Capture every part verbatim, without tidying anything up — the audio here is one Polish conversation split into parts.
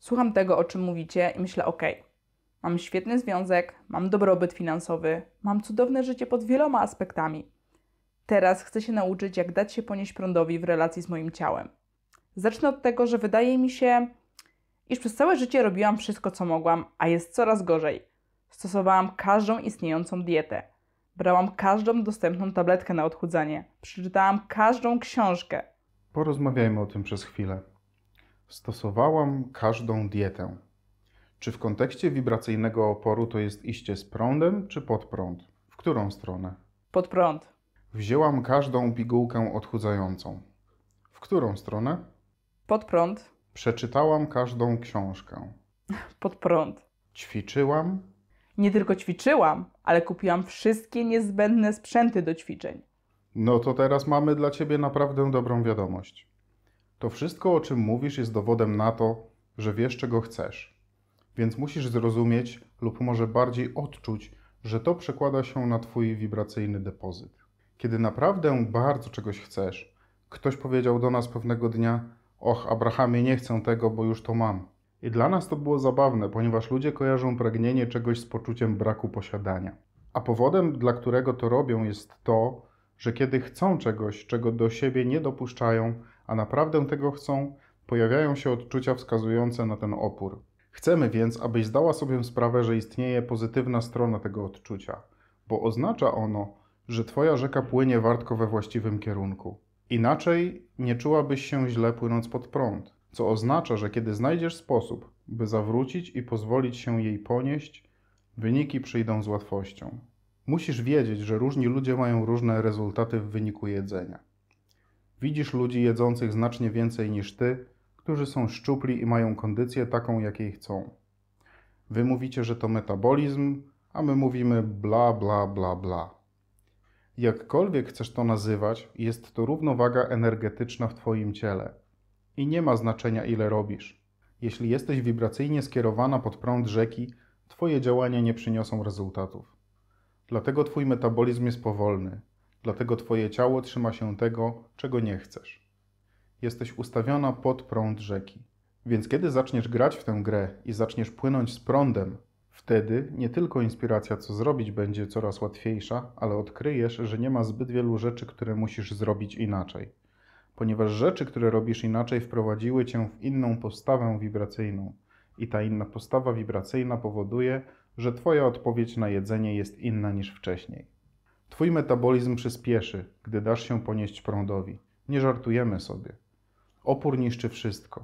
Słucham tego, o czym mówicie i myślę, ok, mam świetny związek, mam dobrobyt finansowy, mam cudowne życie pod wieloma aspektami. Teraz chcę się nauczyć, jak dać się ponieść prądowi w relacji z moim ciałem. Zacznę od tego, że wydaje mi się, iż przez całe życie robiłam wszystko, co mogłam, a jest coraz gorzej. Stosowałam każdą istniejącą dietę. Brałam każdą dostępną tabletkę na odchudzanie. Przeczytałam każdą książkę. Porozmawiajmy o tym przez chwilę. Stosowałam każdą dietę. Czy w kontekście wibracyjnego oporu to jest iście z prądem czy pod prąd? W którą stronę? Pod prąd. Wzięłam każdą pigułkę odchudzającą. W którą stronę? Pod prąd. Przeczytałam każdą książkę. Pod prąd. Ćwiczyłam. Nie tylko ćwiczyłam, ale kupiłam wszystkie niezbędne sprzęty do ćwiczeń. No to teraz mamy dla Ciebie naprawdę dobrą wiadomość. To wszystko, o czym mówisz, jest dowodem na to, że wiesz, czego chcesz. Więc musisz zrozumieć lub może bardziej odczuć, że to przekłada się na Twój wibracyjny depozyt. Kiedy naprawdę bardzo czegoś chcesz, ktoś powiedział do nas pewnego dnia: och, Abrahamie, nie chcę tego, bo już to mam. I dla nas to było zabawne, ponieważ ludzie kojarzą pragnienie czegoś z poczuciem braku posiadania. A powodem, dla którego to robią, jest to, że kiedy chcą czegoś, czego do siebie nie dopuszczają, a naprawdę tego chcą, pojawiają się odczucia wskazujące na ten opór. Chcemy więc, abyś zdała sobie sprawę, że istnieje pozytywna strona tego odczucia, bo oznacza ono, że Twoja rzeka płynie wartko we właściwym kierunku. Inaczej nie czułabyś się źle płynąc pod prąd, co oznacza, że kiedy znajdziesz sposób, by zawrócić i pozwolić się jej ponieść, wyniki przyjdą z łatwością. Musisz wiedzieć, że różni ludzie mają różne rezultaty w wyniku jedzenia. Widzisz ludzi jedzących znacznie więcej niż ty, którzy są szczupli i mają kondycję taką, jakiej chcą. Wy mówicie, że to metabolizm, a my mówimy bla, bla, bla, bla. Jakkolwiek chcesz to nazywać, jest to równowaga energetyczna w twoim ciele. I nie ma znaczenia, ile robisz. Jeśli jesteś wibracyjnie skierowana pod prąd rzeki, twoje działania nie przyniosą rezultatów. Dlatego twój metabolizm jest powolny. Dlatego twoje ciało trzyma się tego, czego nie chcesz. Jesteś ustawiona pod prąd rzeki. Więc kiedy zaczniesz grać w tę grę i zaczniesz płynąć z prądem, wtedy nie tylko inspiracja, co zrobić, będzie coraz łatwiejsza, ale odkryjesz, że nie ma zbyt wielu rzeczy, które musisz zrobić inaczej. Ponieważ rzeczy, które robisz inaczej, wprowadziły cię w inną postawę wibracyjną. I ta inna postawa wibracyjna powoduje, że twoja odpowiedź na jedzenie jest inna niż wcześniej. Twój metabolizm przyspieszy, gdy dasz się ponieść prądowi. Nie żartujemy sobie. Opór niszczy wszystko.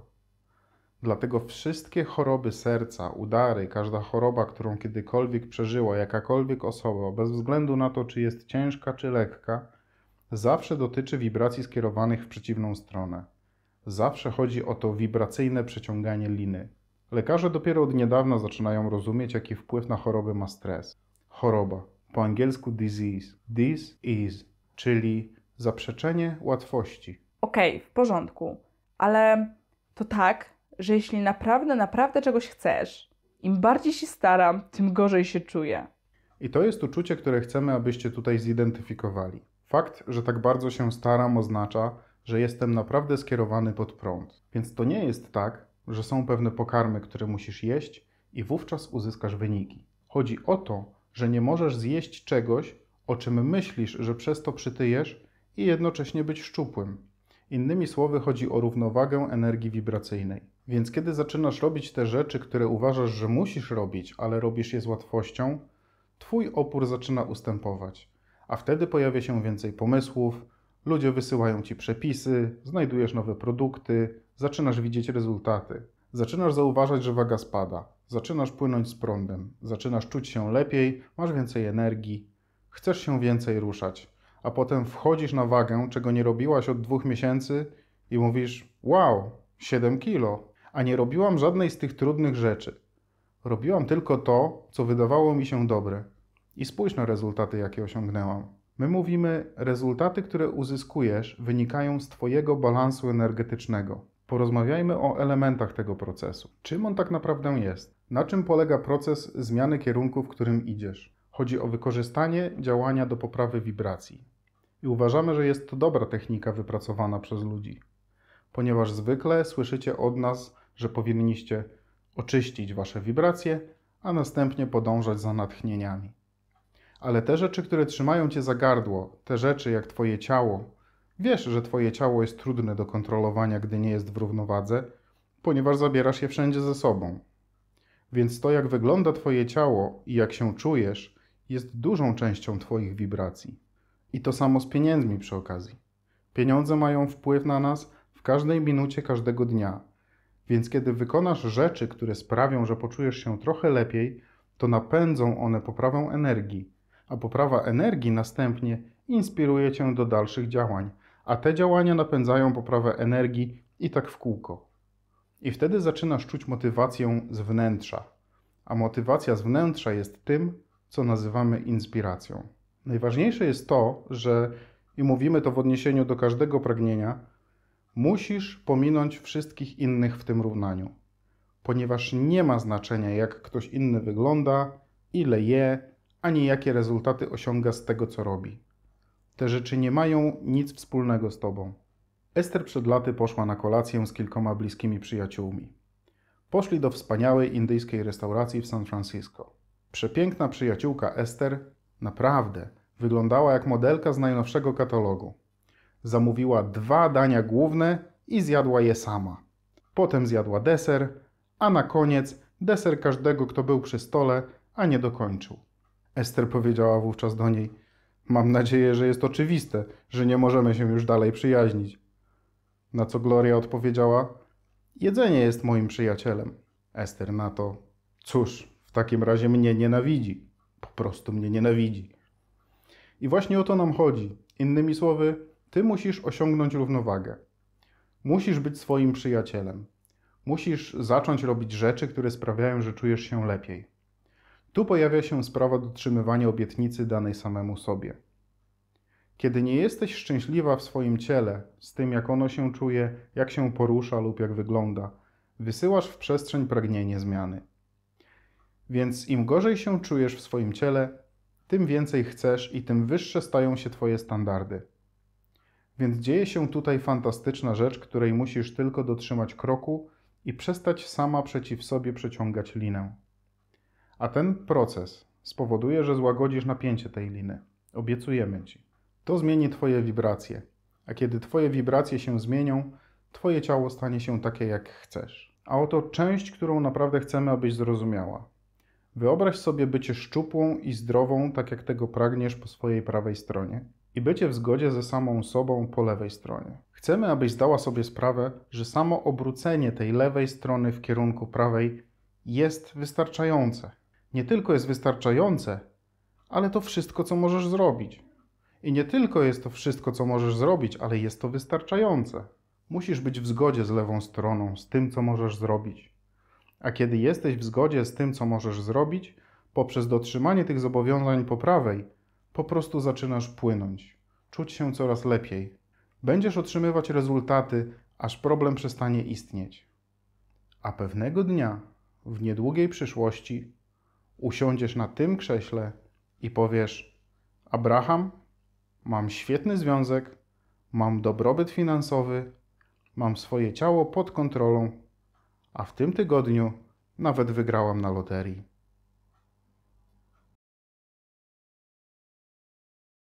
Dlatego wszystkie choroby serca, udary, każda choroba, którą kiedykolwiek przeżyła jakakolwiek osoba, bez względu na to, czy jest ciężka, czy lekka, zawsze dotyczy wibracji skierowanych w przeciwną stronę. Zawsze chodzi o to wibracyjne przeciąganie liny. Lekarze dopiero od niedawna zaczynają rozumieć, jaki wpływ na choroby ma stres. Choroba, po angielsku disease, this is, czyli zaprzeczenie łatwości. Okej, w porządku, ale to tak, że jeśli naprawdę, naprawdę czegoś chcesz, im bardziej się staram, tym gorzej się czuję. I to jest uczucie, które chcemy, abyście tutaj zidentyfikowali. Fakt, że tak bardzo się staram, oznacza, że jestem naprawdę skierowany pod prąd. Więc to nie jest tak, że są pewne pokarmy, które musisz jeść i wówczas uzyskasz wyniki. Chodzi o to, że nie możesz zjeść czegoś, o czym myślisz, że przez to przytyjesz i jednocześnie być szczupłym. Innymi słowy, chodzi o równowagę energii wibracyjnej. Więc kiedy zaczynasz robić te rzeczy, które uważasz, że musisz robić, ale robisz je z łatwością, twój opór zaczyna ustępować. A wtedy pojawia się więcej pomysłów, ludzie wysyłają ci przepisy, znajdujesz nowe produkty, zaczynasz widzieć rezultaty. Zaczynasz zauważać, że waga spada, zaczynasz płynąć z prądem, zaczynasz czuć się lepiej, masz więcej energii, chcesz się więcej ruszać, a potem wchodzisz na wagę, czego nie robiłaś od dwóch miesięcy i mówisz: wow, siedem kilo, a nie robiłam żadnej z tych trudnych rzeczy. Robiłam tylko to, co wydawało mi się dobre. I spójrz na rezultaty, jakie osiągnęłam. My mówimy, rezultaty, które uzyskujesz, wynikają z twojego balansu energetycznego. Porozmawiajmy o elementach tego procesu. Czym on tak naprawdę jest? Na czym polega proces zmiany kierunku, w którym idziesz? Chodzi o wykorzystanie działania do poprawy wibracji. I uważamy, że jest to dobra technika wypracowana przez ludzi. Ponieważ zwykle słyszycie od nas, że powinniście oczyścić wasze wibracje, a następnie podążać za natchnieniami. Ale te rzeczy, które trzymają cię za gardło, te rzeczy jak twoje ciało, wiesz, że twoje ciało jest trudne do kontrolowania, gdy nie jest w równowadze, ponieważ zabierasz je wszędzie ze sobą. Więc to, jak wygląda twoje ciało i jak się czujesz, jest dużą częścią twoich wibracji. I to samo z pieniędzmi przy okazji. Pieniądze mają wpływ na nas w każdej minucie każdego dnia. Więc kiedy wykonasz rzeczy, które sprawią, że poczujesz się trochę lepiej, to napędzą one poprawę energii, a poprawa energii następnie inspiruje cię do dalszych działań, a te działania napędzają poprawę energii i tak w kółko. I wtedy zaczynasz czuć motywację z wnętrza, a motywacja z wnętrza jest tym, co nazywamy inspiracją. Najważniejsze jest to, że, i mówimy to w odniesieniu do każdego pragnienia, musisz pominąć wszystkich innych w tym równaniu, ponieważ nie ma znaczenia, jak ktoś inny wygląda, ile je, ani jakie rezultaty osiąga z tego, co robi. Te rzeczy nie mają nic wspólnego z tobą. Ester przed laty poszła na kolację z kilkoma bliskimi przyjaciółmi. Poszli do wspaniałej indyjskiej restauracji w San Francisco. Przepiękna przyjaciółka Ester naprawdę wyglądała jak modelka z najnowszego katalogu. Zamówiła dwa dania główne i zjadła je sama. Potem zjadła deser, a na koniec deser każdego, kto był przy stole, a nie dokończył. Ester powiedziała wówczas do niej: mam nadzieję, że jest oczywiste, że nie możemy się już dalej przyjaźnić. Na co Gloria odpowiedziała: jedzenie jest moim przyjacielem. Ester na to: cóż, w takim razie mnie nienawidzi. Po prostu mnie nienawidzi. I właśnie o to nam chodzi. Innymi słowy, ty musisz osiągnąć równowagę. Musisz być swoim przyjacielem. Musisz zacząć robić rzeczy, które sprawiają, że czujesz się lepiej. Tu pojawia się sprawa dotrzymywania obietnicy danej samemu sobie. Kiedy nie jesteś szczęśliwa w swoim ciele, z tym jak ono się czuje, jak się porusza lub jak wygląda, wysyłasz w przestrzeń pragnienie zmiany. Więc im gorzej się czujesz w swoim ciele, tym więcej chcesz i tym wyższe stają się twoje standardy. Więc dzieje się tutaj fantastyczna rzecz, której musisz tylko dotrzymać kroku i przestać sama przeciw sobie przeciągać linę. A ten proces spowoduje, że złagodzisz napięcie tej liny. Obiecujemy ci. To zmieni twoje wibracje. A kiedy twoje wibracje się zmienią, twoje ciało stanie się takie, jak chcesz. A oto część, którą naprawdę chcemy, abyś zrozumiała. Wyobraź sobie bycie szczupłą i zdrową, tak jak tego pragniesz, po swojej prawej stronie i bycie w zgodzie ze samą sobą po lewej stronie. Chcemy, abyś zdała sobie sprawę, że samo obrócenie tej lewej strony w kierunku prawej jest wystarczające. Nie tylko jest wystarczające, ale to wszystko, co możesz zrobić. I nie tylko jest to wszystko, co możesz zrobić, ale jest to wystarczające. Musisz być w zgodzie z lewą stroną, z tym, co możesz zrobić. A kiedy jesteś w zgodzie z tym, co możesz zrobić, poprzez dotrzymanie tych zobowiązań po prawej, po prostu zaczynasz płynąć, czuć się coraz lepiej. Będziesz otrzymywać rezultaty, aż problem przestanie istnieć. A pewnego dnia, w niedługiej przyszłości, usiądziesz na tym krześle i powiesz: Abraham, mam świetny związek, mam dobrobyt finansowy, mam swoje ciało pod kontrolą, a w tym tygodniu nawet wygrałam na loterii.